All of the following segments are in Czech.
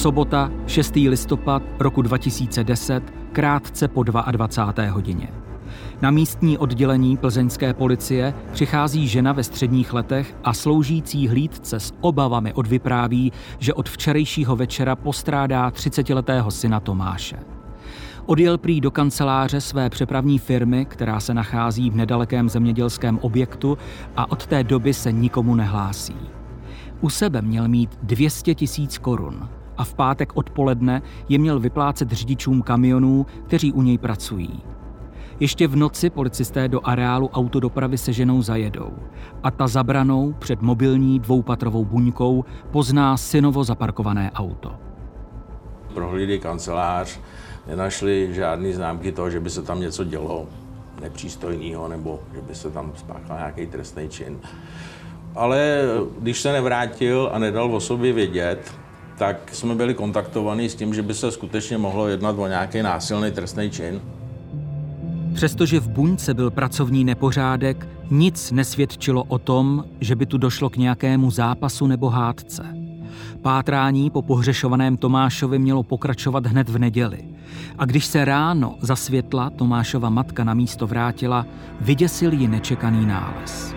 Sobota, 6. listopad roku 2010, krátce po 22. hodině. Na místní oddělení plzeňské policie přichází žena ve středních letech a sloužící hlídce s obavami odvypráví, že od včerejšího večera postrádá 30letého syna Tomáše. Odjel prý do kanceláře své přepravní firmy, která se nachází v nedalekém zemědělském objektu, a od té doby se nikomu nehlásí. U sebe měl mít 200 000 korun a v pátek odpoledne je měl vyplácet řidičům kamionů, kteří u něj pracují. Ještě v noci policisté do areálu autodopravy se ženou zajedou a ta za branou před mobilní dvoupatrovou buňkou pozná synovo zaparkované auto. Prohlídli kancelář, nenašli žádné známky toho, že by se tam něco dělo nepřístojného nebo že by se tam spáchal nějaký trestný čin. Ale když se nevrátil a nedal o sobě vědět, tak jsme byli kontaktovaní s tím, že by se skutečně mohlo jednat o nějaký násilný trestný čin. Přestože v buňce byl pracovní nepořádek, nic nesvědčilo o tom, že by tu došlo k nějakému zápasu nebo hádce. Pátrání po pohřešovaném Tomášovi mělo pokračovat hned v neděli. A když se ráno za světla Tomášova matka na místo vrátila, vyděsil ji nečekaný nález.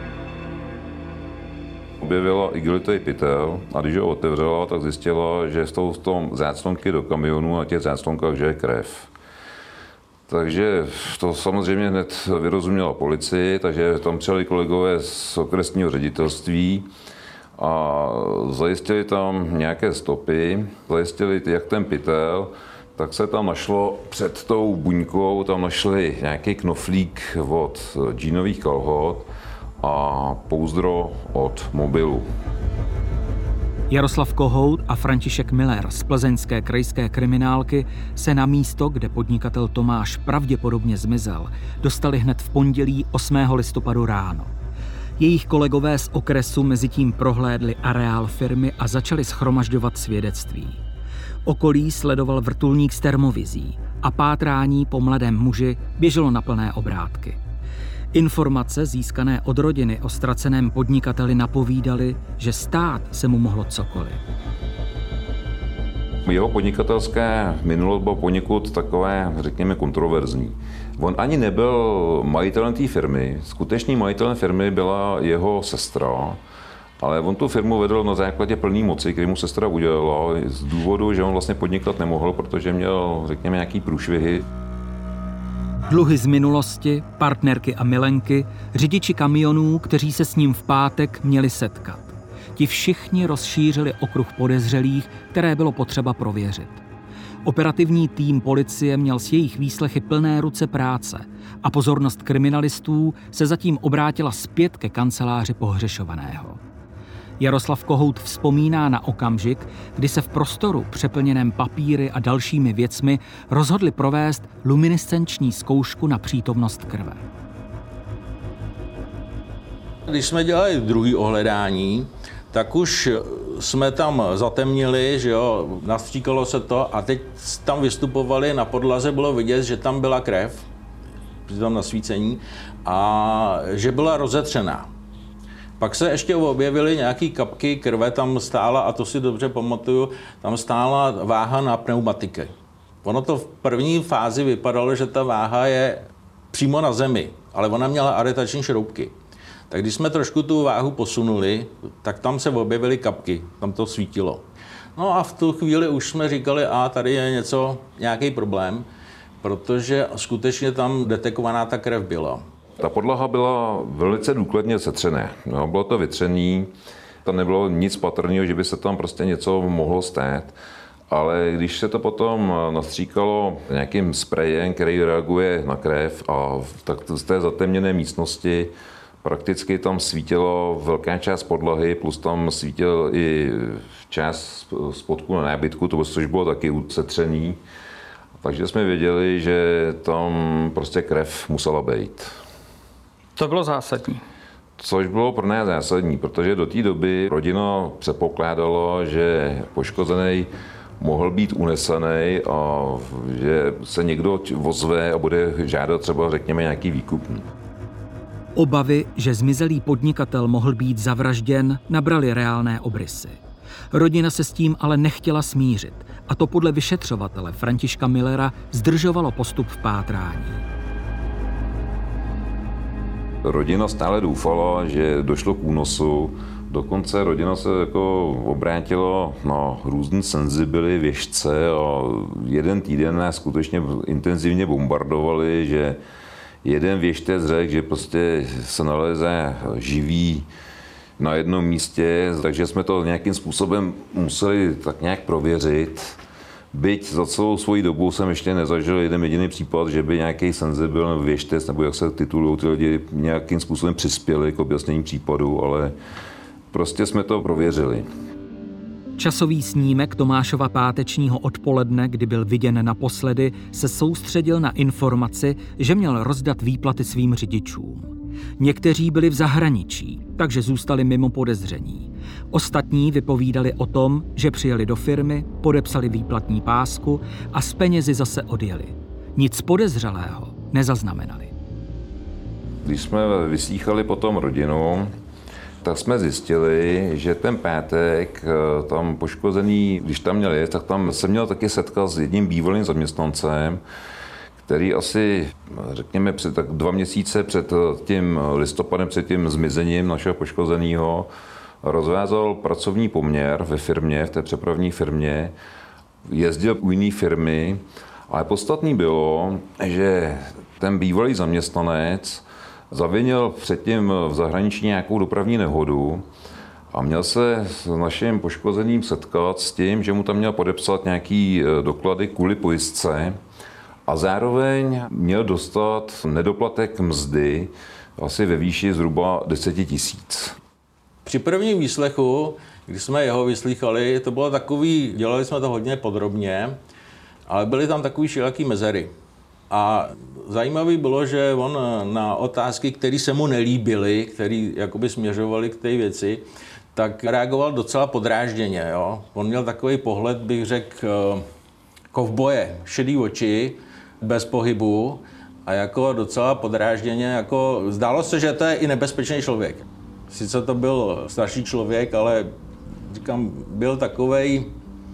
Objevila igelitový pytel a když ho otevřela, tak zjistila, že jsou v tom záclonky do kamionu a na těch záclonkách, že je krev. Takže to samozřejmě hned vyrozuměla policii, takže tam přijeli kolegové z okresního ředitelství a zajistili tam nějaké stopy, zajistili jak ten pytel, tak se tam našlo před tou buňkou, tam našli nějaký knoflík od džínových kalhot a pouzdro od mobilu. Jaroslav Kohout a František Miller z plzeňské krajské kriminálky se na místo, kde podnikatel Tomáš pravděpodobně zmizel, dostali hned v pondělí 8. listopadu ráno. Jejich kolegové z okresu mezitím prohlédli areál firmy a začali shromažďovat svědectví. Okolí sledoval vrtulník s termovizí a pátrání po mladém muži běželo na plné obrátky. Informace získané od rodiny o ztraceném podnikateli napovídaly, že stát se mu mohlo cokoliv. Jeho podnikatelské minulost bylo poněkud takové, řekněme, kontroverzní. On ani nebyl majitelem té firmy. Skutečným majitelem firmy byla jeho sestra, ale on tu firmu vedl na základě plné moci, který mu sestra udělala z důvodu, že on vlastně podnikat nemohl, protože měl, řekněme, nějaký průšvihy. Dluhy z minulosti, partnerky a milenky, řidiči kamionů, kteří se s ním v pátek měli setkat. Ti všichni rozšířili okruh podezřelých, které bylo potřeba prověřit. Operativní tým policie měl s jejich výslechy plné ruce práce a pozornost kriminalistů se zatím obrátila zpět ke kanceláři pohřešovaného. Jaroslav Kohout vzpomíná na okamžik, kdy se v prostoru přeplněném papíry a dalšími věcmi rozhodli provést luminescenční zkoušku na přítomnost krve. Když jsme dělali druhé ohledání, tak už jsme tam zatemnili, že jo, nastříkalo se to a teď tam vystupovali, na podlaze bylo vidět, že tam byla krev při tom nasvícení a že byla rozetřená. Pak se ještě objevily nějaké kapky krve, tam stála, a to si dobře pamatuju, tam stála váha na pneumatiky. Ono to v první fázi vypadalo, že ta váha je přímo na zemi, ale ona měla aretační šroubky. Tak když jsme trošku tu váhu posunuli, tak tam se objevily kapky, tam to svítilo. No a v tu chvíli už jsme říkali, tady je nějaký problém, protože skutečně tam detekovaná ta krev byla. Ta podlaha byla velice důkladně setřené. No, bylo to vytřený, tam nebylo nic patrného, že by se tam prostě něco mohlo stát. Ale když se to potom nastříkalo nějakým sprejem, který reaguje na krev, a tak z té zatemněné místnosti prakticky tam svítilo velká část podlahy, plus tam svítil i část spodku na nábytku, což bylo taky setřený. Takže jsme věděli, že tam prostě krev musela být. To bylo zásadní. Což bylo pro nás zásadní, protože do té doby rodina předpokládala, že poškozený mohl být unesený a že se někdo ozve a bude žádat třeba, řekněme, nějaký výkupní. Obavy, že zmizelý podnikatel mohl být zavražděn, nabraly reálné obrysy. Rodina se s tím ale nechtěla smířit a to podle vyšetřovatele Františka Millera zdržovalo postup v pátrání. Rodina stále doufala, že došlo k únosu. Dokonce rodina se jako obrátila na různé senzibily, věštce a jeden týden nás skutečně intenzivně bombardovali, že jeden věštec řekl, že prostě se naleze živý na jednom místě, takže jsme to nějakým způsobem museli tak nějak prověřit. Byť za celou svoji dobu jsem ještě nezažil jeden jediný případ, že by nějaký senzibil nebo věštec, nebo jak se titulují ty lidi, nějakým způsobem přispěli k objasnění případu, ale prostě jsme to prověřili. Časový snímek Tomášova pátečního odpoledne, kdy byl viděn naposledy, se soustředil na informaci, že měl rozdat výplaty svým řidičům. Někteří byli v zahraničí, takže zůstali mimo podezření. Ostatní vypovídali o tom, že přijeli do firmy, podepsali výplatní pásku a s penězi zase odjeli. Nic podezřelého nezaznamenali. Když jsme vyslýchali potom rodinu, tak jsme zjistili, že ten pátek tam poškozený, když tam měl jet, tak tam se měl taky setkat s jedním bývalým zaměstnancem, který asi, řekněme, tak 2 měsíce před tím listopadem, před tím zmizením našeho poškozeného, rozvázal pracovní poměr ve firmě, v té přepravní firmě, jezdil u jiné firmy, ale podstatný bylo, že ten bývalý zaměstnanec zavinil předtím v zahraničí nějakou dopravní nehodu a měl se s naším poškozeným setkat s tím, že mu tam měl podepsat nějaký doklady kvůli pojistce a zároveň měl dostat nedoplatek mzdy asi ve výši zhruba 10 000. Při prvním výslechu, když jsme jeho vyslýchali, to bylo takový, dělali jsme to hodně podrobně, ale byly tam takový všelijaký mezery. A zajímavé bylo, že on na otázky, které se mu nelíbily, které jakoby směřovaly k té věci, tak reagoval docela podrážděně. Jo? On měl takový pohled, bych řekl, kovboje, šedý oči, bez pohybu a jako docela podrážděně, jako zdálo se, že to je i nebezpečný člověk. Sice to byl starší člověk, ale říkám, byl takovej,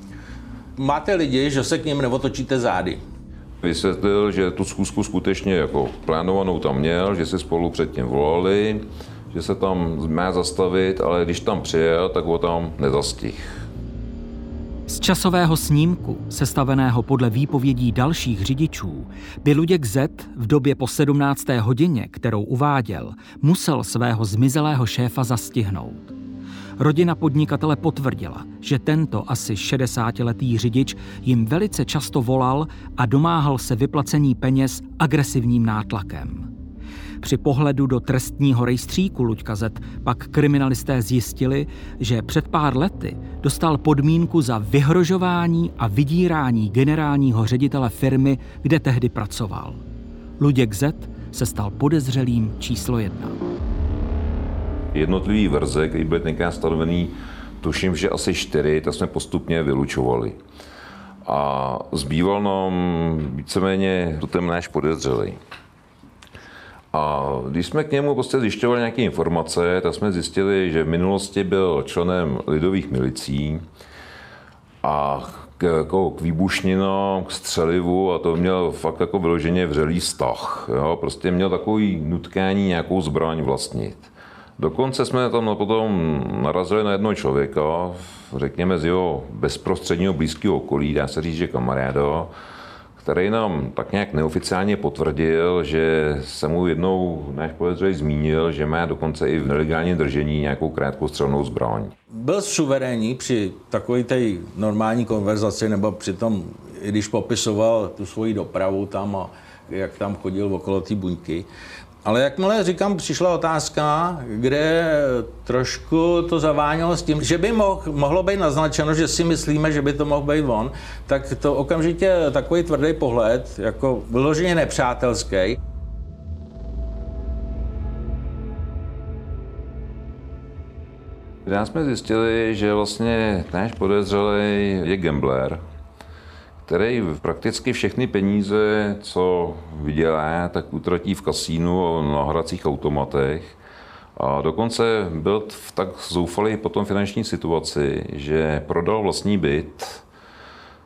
máte lidi, že se k nim neotočíte zády. Vysvětlil, že tu schůzku skutečně jako plánovanou tam měl, že si spolu předtím volali, že se tam má zastavit, ale když tam přijel, tak ho tam nezastihl. Z časového snímku, sestaveného podle výpovědí dalších řidičů, by Luděk Z. v době po 17. hodině, kterou uváděl, musel svého zmizelého šéfa zastihnout. Rodina podnikatele potvrdila, že tento asi 60letý řidič jim velice často volal a domáhal se vyplacení peněz agresivním nátlakem. Při pohledu do trestního rejstříku Luďka Z. pak kriminalisté zjistili, že před pár lety dostal podmínku za vyhrožování a vydírání generálního ředitele firmy, kde tehdy pracoval. Luděk Z. se stal podezřelým číslo 1. Jednotlivý verze, který byly tenkrát stanovený, tuším, že asi 4, tak jsme postupně vylučovali. A zbýval nám víceméně ten náš podezřelý. A když jsme k němu prostě zjišťovali nějaké informace, tak jsme zjistili, že v minulosti byl členem lidových milicí a k výbušninám, k střelivu a to měl fakt jako vyloženě vřelý vztah. Jo? Prostě měl takový nutkání nějakou zbraň vlastnit. Dokonce jsme tam potom narazili na jednoho člověka, řekněme z jeho bezprostředního blízkého okolí, dá se říct, že kamaráda, který nám tak nějak neoficiálně potvrdil, že se mu jednou náš podezřelý zmínil, že má dokonce i v nelegálním držení nějakou krátkostřelnou zbraň. Byl suverénní při takové té normální konverzaci, nebo při tom, když popisoval tu svoji dopravu tam a jak tam chodil okolo té buňky. Ale jakmile, říkám, přišla otázka, kde trošku to zavánělo s tím, že by mohlo být naznačeno, že si myslíme, že by to mohl být on, tak to okamžitě takový tvrdý pohled, jako vyloženě nepřátelský. Když jsme zjistili, že vlastně náš podezřelý je gambler, který prakticky všechny peníze, co vydělá, tak utratí v kasínu a na hracích automatech. A dokonce byl v tak zoufalý potom finanční situaci, že prodal vlastní byt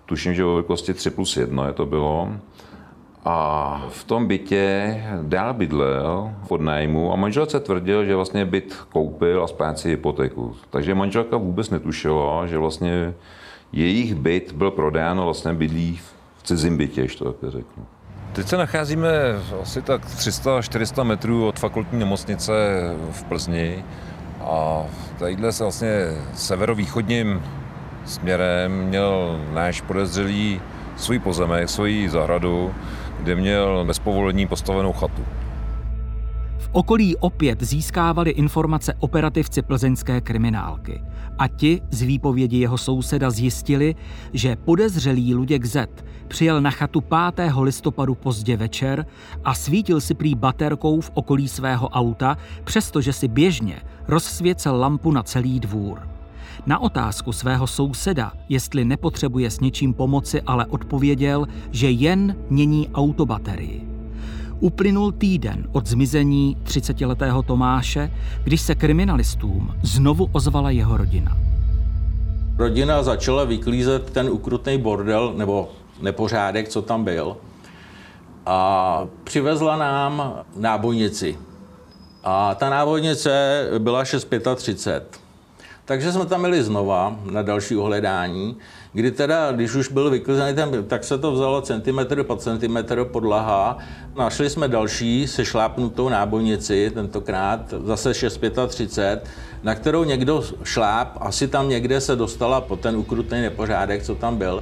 tuším, že o velikosti 3+1 to bylo. A v tom bytě dál bydlel pod nájmu a manželce tvrdil, že vlastně byt koupil a splácí hypotéku. Takže manželka vůbec netušila, že vlastně jejich byt byl prodán a vlastně bydlí v cizím bytě, když to takhle řeknu. Teď se nacházíme asi tak 300-400 metrů od fakultní nemocnice v Plzni a tadyhle se vlastně severovýchodním směrem měl náš podezřelý svůj pozemek, svoji zahradu, kde měl bez povolení postavenou chatu. V okolí opět získávali informace operativci plzeňské kriminálky a ti z výpovědi jeho souseda zjistili, že podezřelý Luděk Z. přijel na chatu 5. listopadu pozdě večer a svítil si prý baterkou v okolí svého auta, přestože si běžně rozsvěcel lampu na celý dvůr. Na otázku svého souseda, jestli nepotřebuje s něčím pomoci, ale odpověděl, že jen mění autobaterii. Uplynul týden od zmizení 30letého Tomáše, když se kriminalistům znovu ozvala jeho rodina. Rodina začala vyklízet ten ukrutný bordel nebo nepořádek, co tam byl, a přivezla nám nábojnici. A ta nábojnice byla 6,35. Takže jsme tam jeli znova na další ohledání, kdy teda, když už byl vyklizený tak se to vzalo centimetr po centimetr podlaha. Našli jsme další sešlápnutou nábojnici, tentokrát zase 6,35, na kterou někdo šláp, asi tam někde se dostala po ten ukrutný nepořádek, co tam byl.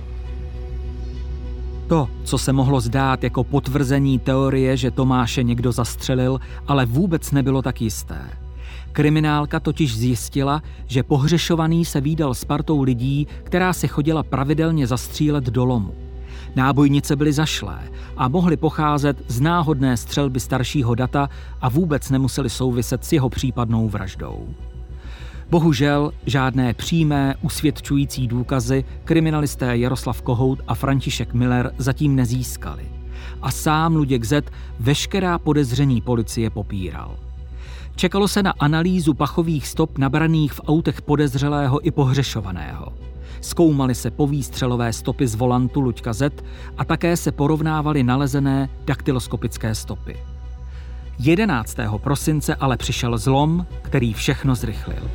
To, co se mohlo zdát jako potvrzení teorie, že Tomáše někdo zastřelil, ale vůbec nebylo tak jisté. Kriminálka totiž zjistila, že pohřešovaný se vídal s partou lidí, která si chodila pravidelně zastřílet do lomu. Nábojnice byly zašlé a mohly pocházet z náhodné střelby staršího data a vůbec nemusely souviset s jeho případnou vraždou. Bohužel žádné přímé, usvědčující důkazy kriminalisté Jaroslav Kohout a František Miller zatím nezískali. A sám Luděk Z. veškerá podezření policie popíral. Čekalo se na analýzu pachových stop nabraných v autech podezřelého i pohřešovaného. Zkoumaly se povýstřelové stopy z volantu Luďka Z. a také se porovnávaly nalezené daktyloskopické stopy. 11. prosince ale přišel zlom, který všechno zrychlil.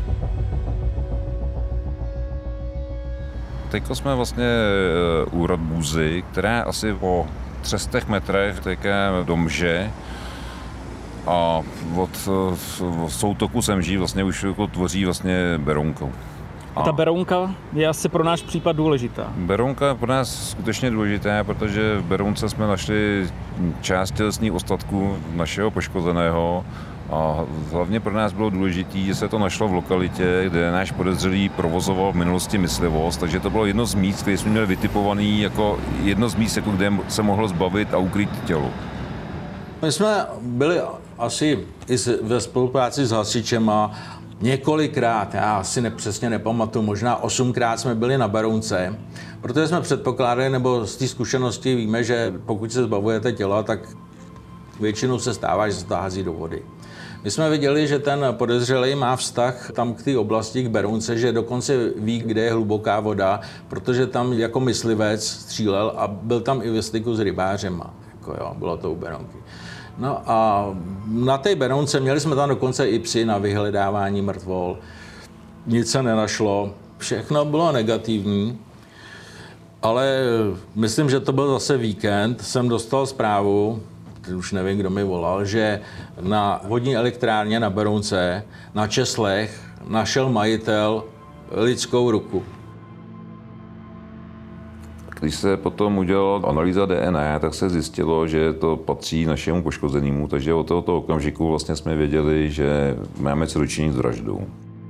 Teď jsme vlastně u Radbůzy, která asi po 300 metrech teká do Mže a od soutoku Semží vlastně už tvoří vlastně Berounku. A ta Berounka je asi pro náš případ důležitá. Berounka je pro nás skutečně důležitá, protože v Berounce jsme našli část tělesných ostatků našeho poškozeného a hlavně pro nás bylo důležité, že se to našlo v lokalitě, kde náš podezřelý provozoval v minulosti myslivost, takže to bylo jedno z míst, které jsme měli vytipovaný jako jedno z míst, jako kde se mohlo zbavit a ukrýt tělo. My jsme byli asi i ve spolupráci s hasičema několikrát, já asi přesně nepamatuju, možná 8krát jsme byli na Berounce, protože jsme předpokládali, nebo z té zkušenosti víme, že pokud se zbavujete těla, tak většinou se stává, že se to hází do vody. My jsme viděli, že ten podezřelý má vztah tam k té oblasti, k Berounce, že dokonce ví, kde je hluboká voda, protože tam jako myslivec střílel a byl tam i ve styku s rybářema. Jako jo, bylo to u Berounky. No a na té Berounce měli jsme tam dokonce i psy na vyhledávání mrtvol. Nic se nenašlo, všechno bylo negativní, ale myslím, že to byl zase víkend, jsem dostal zprávu, už nevím, kdo mi volal, že na vodní elektrárně na Berounce, na Česlech, našel majitel lidskou ruku. Když se potom udělala analýza DNA, tak se zjistilo, že to patří našemu poškozenému, takže od tohoto okamžiku vlastně jsme věděli, že máme co dočinit s vraždou.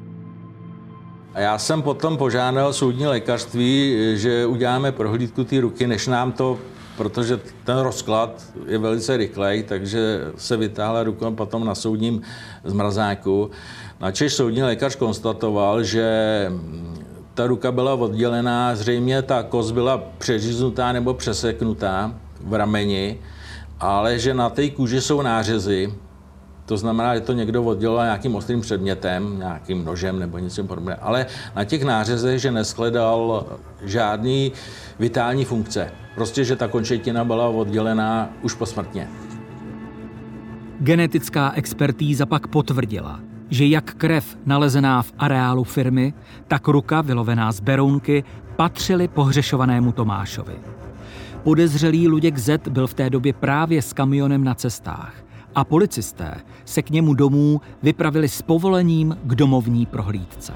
A já jsem potom požádal soudní lékařství, že uděláme prohlídku té ruky, než nám to, protože ten rozklad je velice rychlej, takže se vytáhla ruka potom na soudním zmrazáku. Načež soudní lékař konstatoval, že ta ruka byla oddělená, zřejmě ta kost byla přeříznutá nebo přeseknutá v rameni, ale že na té kůži jsou nářezy To znamená, že to někdo oddělal nějakým ostrým předmětem, nějakým nožem nebo něco podobného. Ale na těch nářezech, že neshledal žádný vitální funkce. Prostě, že ta končetina byla oddělená už posmrtně. Genetická expertíza pak potvrdila, že jak krev nalezená v areálu firmy, tak ruka vylovená z Berounky patřily pohřešovanému Tomášovi. Podezřelý Luděk Z. byl v té době právě s kamionem na cestách a policisté se k němu domů vypravili s povolením k domovní prohlídce.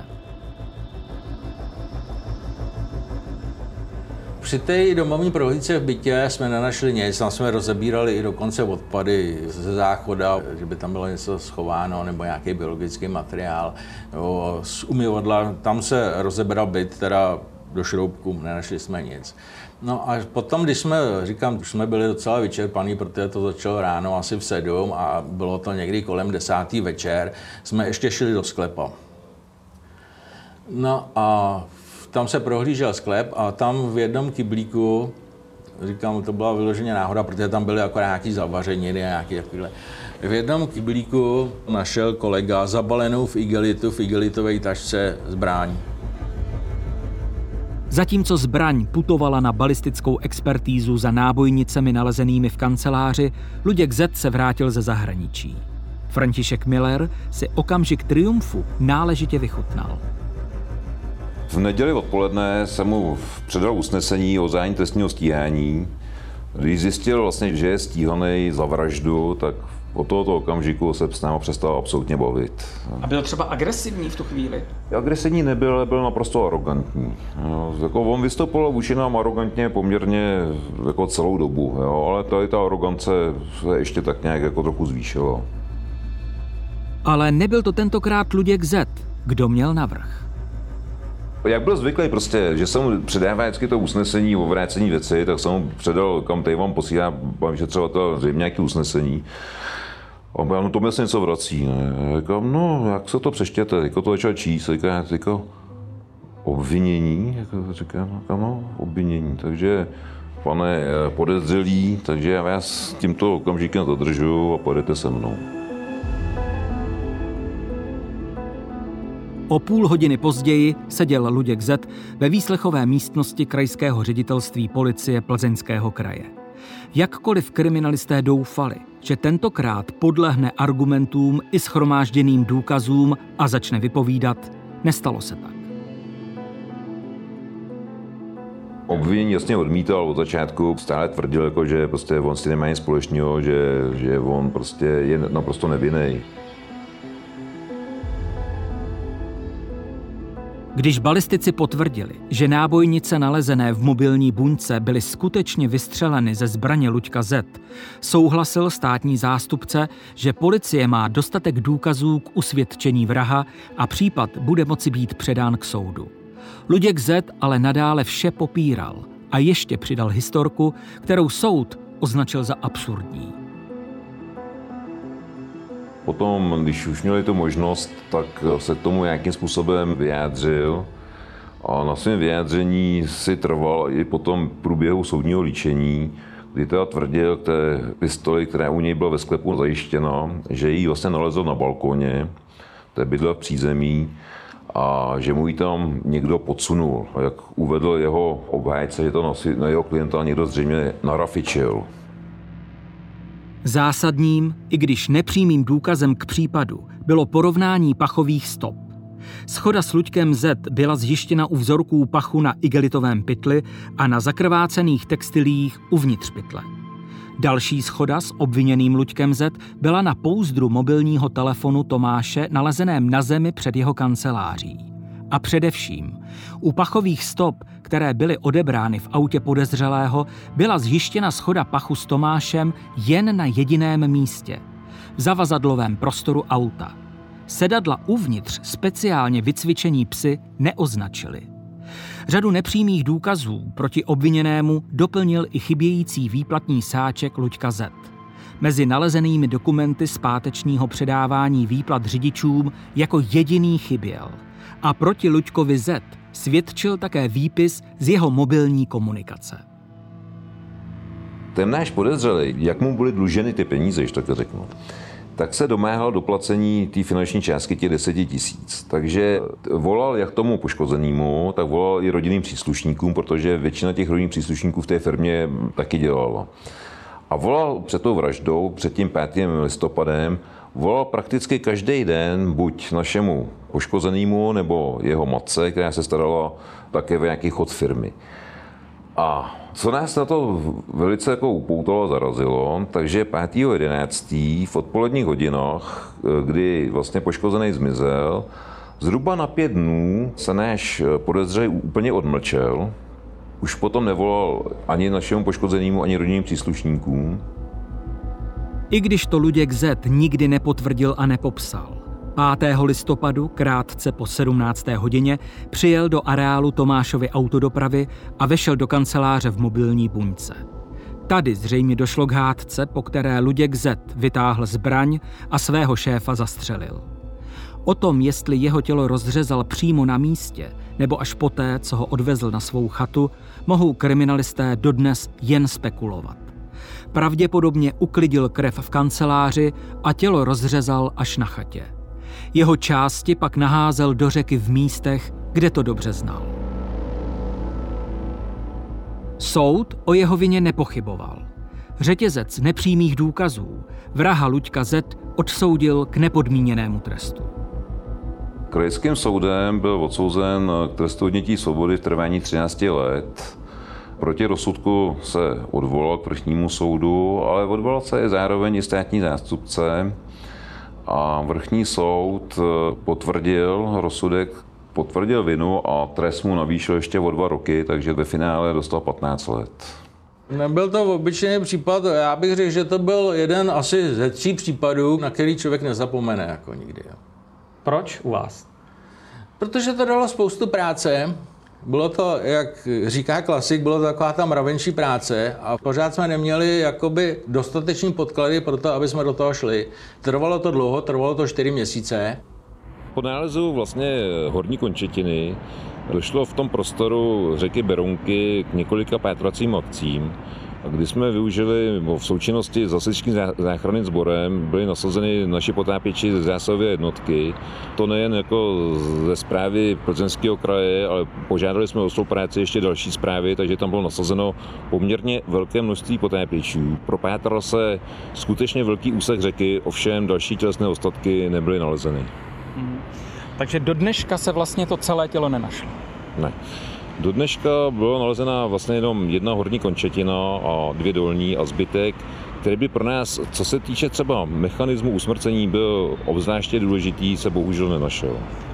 Při té domovní prohlídce v bytě jsme nenašli nic, tam jsme rozebírali i dokonce odpady ze záchoda, že by tam bylo něco schováno nebo nějaký biologický materiál. Jo, z umyvadla, tam se rozebral byt, teda do šroubků, nenašli jsme nic. No a potom, když už jsme byli docela vyčerpaní, protože to začalo ráno asi v 7 a bylo to někdy kolem 10. večer, jsme ještě šli do sklepa. No a tam se prohlížel sklep a tam v jednom kyblíku, říkám, to byla vyloženě náhoda, protože tam byly akorát nějaký zavařeniny a nějaký takovýhle. V jednom kyblíku našel kolega zabalenou v igelitové tašce zbraň. Zatímco zbraň putovala na balistickou expertízu za nábojnicemi nalezenými v kanceláři, Luděk Z. se vrátil ze zahraničí. František Miller si okamžik triumfu náležitě vychutnal. V neděli odpoledne jsem mu předal usnesení o zahájení trestního stíhání. Když zjistil vlastně, že je stíhaný za vraždu, tak od tohoto okamžiku se s námi přestal absolutně bavit. A byl třeba agresivní v tu chvíli? Agresivní nebyl, ale byl naprosto arrogantní. Jo, jako on vystupoval vůči nám arrogantně poměrně jako celou dobu, jo, ale tady ta arogance se ještě tak nějak jako trochu zvýšila. Ale nebyl to tentokrát Luděk Z., kdo měl navrch. Jak byl zvyklý prostě, že jsem mu předával vždycky to usnesení o vrácení věci, tak jsem mu předal, kam tady vám posílá pan vyšetřovatel zřejmě nějaké usnesení. A on říkal, no to mě se něco vrací. Ne? Já říkám, no jak se to přečtěte, jako to začal číst, říkám, obvinění, říkám, no obvinění, takže pane podezřelý, takže já vás tímto okamžikem zadržuju a pojedete se mnou. O půl hodiny později seděl Luděk Z. ve výslechové místnosti krajského ředitelství policie Plzeňského kraje. Jakkoliv kriminalisté doufali, že tentokrát podlehne argumentům i shromážděným důkazům a začne vypovídat, nestalo se tak. Obvinění jasně odmítal od začátku, stále tvrdil, jako, že prostě on si nemá nic společného, že on prostě je naprosto nevinný. Když balistici potvrdili, že nábojnice nalezené v mobilní buňce byly skutečně vystřeleny ze zbraně Luďka Z., souhlasil státní zástupce, že policie má dostatek důkazů k usvědčení vraha a případ bude moci být předán k soudu. Luděk Z. ale nadále vše popíral a ještě přidal historku, kterou soud označil za absurdní. Potom, když už měli tu možnost, tak se k tomu nějakým způsobem vyjádřil a na svém vyjádření si trval i potom průběhu soudního líčení, kdy teda tvrdil k té pistoli, která u něj byla ve sklepu zajištěna, že ji vlastně nalezl na balkoně, té bydlel v přízemí a že mu ji tam někdo podsunul. A jak uvedl jeho obhájce, že to na jeho klienta někdo zřejmě narafičil. Zásadním, i když nepřímým důkazem k případu, bylo porovnání pachových stop. Shoda s Luďkem Z. byla zjištěna u vzorků pachu na igelitovém pytli a na zakrvácených textilích uvnitř pytle. Další shoda s obviněným Luďkem Z. byla na pouzdru mobilního telefonu Tomáše nalezeném na zemi před jeho kanceláří. A především, u pachových stop, které byly odebrány v autě podezřelého, byla zjištěna shoda pachu s Tomášem jen na jediném místě, v zavazadlovém prostoru auta. Sedadla uvnitř speciálně vycvičení psi neoznačili. Řadu nepřímých důkazů proti obviněnému doplnil i chybějící výplatní sáček Luďka Z. Mezi nalezenými dokumenty z pátečního předávání výplat řidičům jako jediný chyběl. A proti Luďkovi Z. svědčil také výpis z jeho mobilní komunikace. Ten náš podezřelý, jak mu byly dluženy ty peníze, když tak řeknu, tak se domáhal doplacení té finanční částky těch 10 000. Takže volal jak tomu poškozenému, tak volal i rodinným příslušníkům, protože většina těch rodinných příslušníků v té firmě taky dělala. A volal před tou vraždou, před tím 5. listopadem, volal prakticky každý den buď našemu poškozenému nebo jeho matce, která se starala také o nějaký chod firmy. A co nás na to velice jako upoutalo a zarazilo, takže 5.11. v odpoledních hodinách, kdy vlastně poškozený zmizel, zhruba na 5 dnů se náš podezřelý úplně odmlčel. Už potom nevolal ani našemu poškozenému, ani rodinným příslušníkům. I když to Luděk Z. nikdy nepotvrdil a nepopsal, 5. listopadu, krátce po 17. hodině, přijel do areálu Tomášovy autodopravy a vešel do kanceláře v mobilní buňce. Tady zřejmě došlo k hádce, po které Luděk Z. vytáhl zbraň a svého šéfa zastřelil. O tom, jestli jeho tělo rozřezal přímo na místě, nebo až poté, co ho odvezl na svou chatu, mohou kriminalisté dodnes jen spekulovat. Pravděpodobně uklidil krev v kanceláři a tělo rozřezal až na chatě. Jeho části pak naházel do řeky v místech, kde to dobře znal. Soud o jeho vině nepochyboval. Řetězec nepřímých důkazů vraha Luďka Z. odsoudil k nepodmíněnému trestu. Krajským soudem byl odsouzen k trestu odnětí svobody v trvání 13 let. Proti rozsudku se odvolal k vrchnímu soudu, ale odvolal se i zároveň i státní zástupce. A vrchní soud potvrdil rozsudek, potvrdil vinu a trest mu navýšil ještě o 2 roky, takže ve finále dostal 15 let. Nebyl to obyčejný případ, já bych řekl, že to byl jeden asi ze 3 případů, na který člověk nezapomene jako nikdy. Proč u vás? Protože to dalo spoustu práce. Bylo to, jak říká klasik, bylo to taková ta mravenčí práce a pořád jsme neměli jakoby dostatečný podklady pro to, aby jsme do toho šli. Trvalo to dlouho, trvalo to 4 měsíce. Po nálezu vlastně horní končetiny došlo v tom prostoru řeky Berounky k několika pátracím akcím, kdy jsme využili v součinnosti s hasičským záchranným sborem, byly nasazeny naši potápěči ze zásahové jednotky. To nejen jako ze správy Plzeňského kraje, ale požádali jsme o spolupráci ještě další správy, takže tam bylo nasazeno poměrně velké množství potápěčů. Propátral se skutečně velký úsek řeky, ovšem další tělesné ostatky nebyly nalezeny. Takže do dneška se vlastně to celé tělo nenašlo? Ne. Do dneška byla nalezena vlastně jenom 1 horní končetina a 2 dolní a zbytek, který by pro nás, co se týče třeba mechanismu usmrcení, byl obzvláště důležitý, se bohužel nenašel.